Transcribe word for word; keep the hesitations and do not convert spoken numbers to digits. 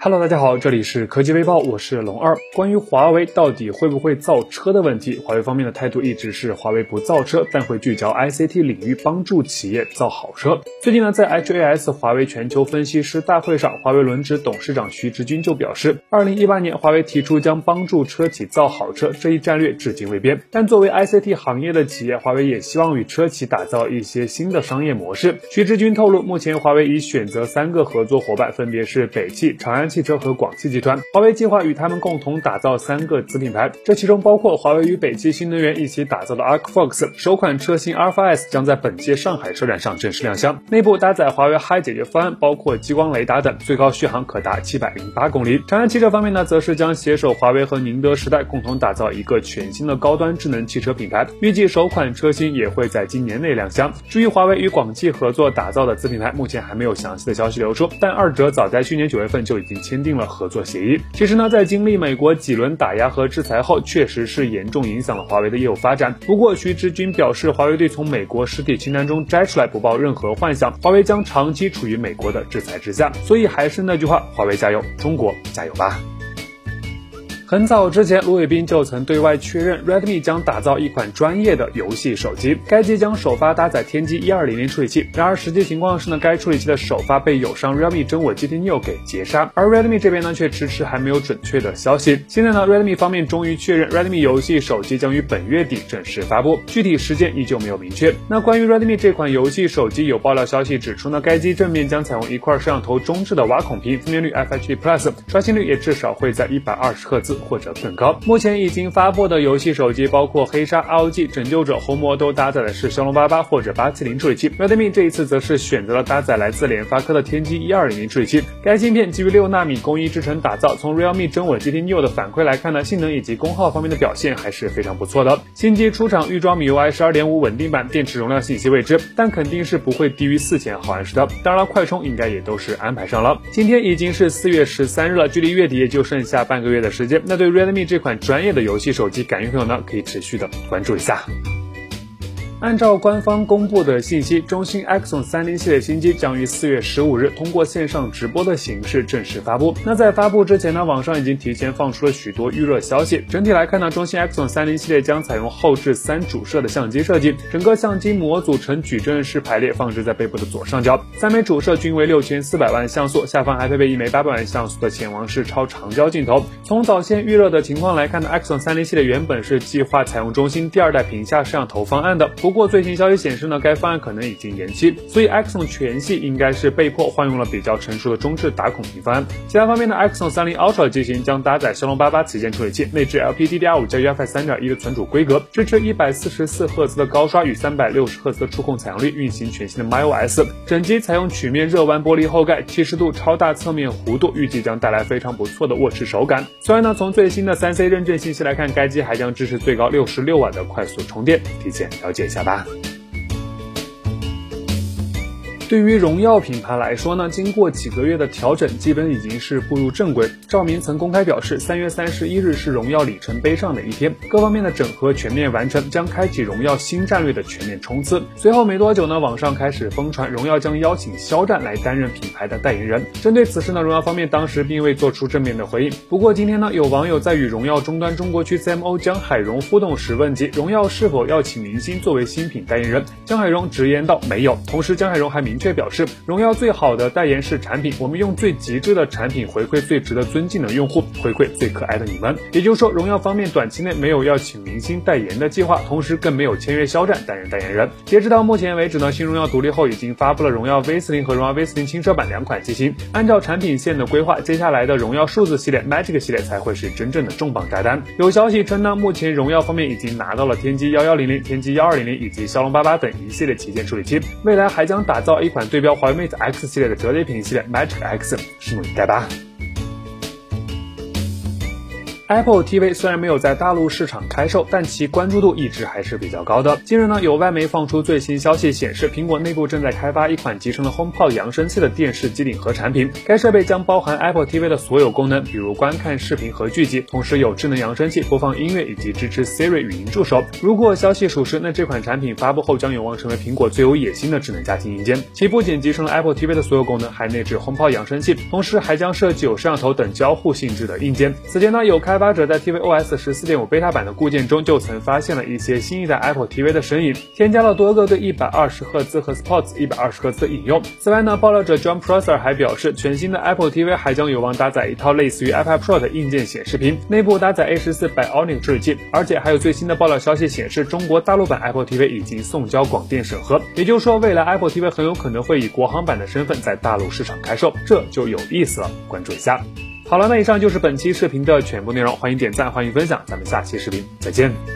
Hello， 大家好，这里是科技微报，我是龙二。关于华为到底会不会造车的问题，华为方面的态度一直是华为不造车，但会聚焦 I C T 领域，帮助企业造好车。最近呢，在 H A S 华为全球分析师大会上，华为轮值董事长徐直军就表示，二零一八年华为提出将帮助车企造好车这一战略至今未变。但作为 I C T 行业的企业，华为也希望与车企打造一些新的商业模式。徐直军透露，目前华为已选择三个合作伙伴，分别是北汽、长安汽车和广汽集团。华为计划与他们共同打造三个子品牌，这其中包括华为与北汽新能源一起打造的 Arcfox 首款车型 阿尔法 S 将在本届上海车展上正式亮相，内部搭载华为 Hi 解决方案，包括激光雷达等，最高续航可达七百零八公里。长安汽车方面呢，则是将携手华为和宁德时代共同打造一个全新的高端智能汽车品牌，预计首款车型也会在今年内亮相。至于华为与广汽合作打造的子品牌，目前还没有详细的消息流出，但二者早在去年九月份就已经签订了合作协议。其实呢，在经历美国几轮打压和制裁后，确实是严重影响了华为的业务发展。不过徐直军表示，华为队从美国实体清单中摘出来，不抱任何幻想，华为将长期处于美国的制裁之下。所以还是那句话，华为加油，中国加油吧。很早之前，卢伟斌就曾对外确认 Redmi 将打造一款专业的游戏手机，该机将首发搭载天玑一二零零处理器。然而实际情况是呢，该处理器的首发被友商 Realme 真我 G T Neo 给截杀，而 Redmi 这边呢却迟迟还没有准确的消息。现在呢 Redmi 方面终于确认 Redmi 游戏手机将于本月底正式发布，具体时间依旧没有明确。那关于 Redmi 这款游戏手机，有爆料消息指出呢，该机正面将采用一块摄像头中置的挖孔屏，分辨率 F H D Plus， 刷新率也至少会在一百二十赫兹或者更高。目前已经发布的游戏手机包括黑鲨、R O G、拯救者、红魔都搭载的是骁龙八八或者八七零处理器。Redmi 这一次则是选择了搭载来自联发科的天玑一二零零处理器，该芯片基于六纳米工艺制成打造。从 Realme 真我 G T Neo 的反馈来看呢，性能以及功耗方面的表现还是非常不错的。新机出厂预装 M I U I 十二点五 稳定版，电池容量信息未知，但肯定是不会低于四千毫安时的。当然了，快充应该也都是安排上了。今天已经是四月十三日了，距离月底也就剩下半个月的时间。那对 Redmi 这款专业的游戏手机感兴趣的朋友呢，可以持续的关注一下。按照官方公布的信息，中兴 Axon 三零系列新机将于四月十五日通过线上直播的形式正式发布。那在发布之前呢，网上已经提前放出了许多预热消息。整体来看呢，中兴 Axon 三零系列将采用后置三主摄的相机设计，整个相机模组呈矩阵式排列，放置在背部的左上角。三枚主摄均为六千四百万像素，下方还配备一枚八百万像素的潜望式超长焦镜头。从早先预热的情况来看呢， Axon 三零系列原本是计划采用中兴第二代屏下摄像头方案的，不过最新消息显示呢，该方案可能已经延期，所以 Axon 全系应该是被迫换用了比较成熟的中置打孔屏方案。其他方面的 Axon 三零 Ultra 机型将搭载骁龙八八旗舰处理器，内置 L P D D R 五 加 U F S 三点一 的存储规格，支持一百四十四赫兹的高刷与三百六十赫兹的触控采样率，运行全新的 MyOS。整机采用曲面热弯玻璃后盖，七十度超大侧面弧度，预计将带来非常不错的握持手感。虽然呢，从最新的 三 C 认证信息来看，该机还将支持最高六十六瓦的快速充电，提前了解一下吧。对于荣耀品牌来说呢，经过几个月的调整，基本已经是步入正轨。赵明曾公开表示，三月三十一日是荣耀里程碑上的一天，各方面的整合全面完成，将开启荣耀新战略的全面冲刺。随后没多久呢，网上开始疯传荣耀将邀请肖战来担任品牌的代言人。针对此事呢，荣耀方面当时并未做出正面的回应。不过今天呢，有网友在与荣耀终端中国区 C M O 江海荣互动时问及荣耀是否要请明星作为新品代言人，江海荣直言道没有。同时江海荣还明确表示，荣耀最好的代言是产品，我们用最极致的产品回馈最值得尊敬的用户，回馈最可爱的你们。也就是说，荣耀方面短期内没有要请明星代言的计划，同时更没有签约肖战担任代言人。截止到目前为止呢，新荣耀独立后已经发布了荣耀 V 四零 和荣耀 V 四零轻奢版两款机型。按照产品线的规划，接下来的荣耀数字系列 Magic 系列才会是真正的重磅炸弹。有消息称呢，目前荣耀方面已经拿到了天玑一一零零、天玑一二零零以及骁龙八八等一系列旗舰处理器，未来还将打造一款对标华为 Mate X 系列的折叠屏系列 Magic X， 拭目以待吧。 Apple T V 虽然没有在大陆市场开售，但其关注度一直还是比较高的。近日呢，有外媒放出最新消息显示，苹果内部正在开发一款集成了 HomePod 扬声器的电视机顶盒产品。该设备将包含 Apple T V 的所有功能，比如观看视频和剧集，同时有智能扬声器、播放音乐以及支持 Siri 语音助手。如果消息属实，那这款产品发布后将有望成为苹果最有野心的智能家庭硬件。其不仅集成了 Apple T V 的所有功能，还内置 HomePod 扬声器，同时还将设计有摄像头等交互性质的硬件。此前呢，有开发者在 tvOS 十四点五 beta 版的固件中就曾发现了一些新一代 Apple T V 的身影，添加了多个对一百二十赫兹和 Sports 一百二十赫兹的应用。此外呢，爆料者 John Prosser 还表示，全新的 Apple T V 还将有望搭载一套类似于 iPad Pro 的硬件显示屏，内部搭载 A 十四 Bionic 处理器，而且还有最新的爆料消息显示，中国大陆版 Apple T V 已经送交广电审核，也就是说，未来 Apple T V 很有可能会以国行版的身份在大陆市场开售，这就有意思了，关注一下。好了，那以上就是本期视频的全部内容，欢迎点赞，欢迎分享，咱们下期视频再见。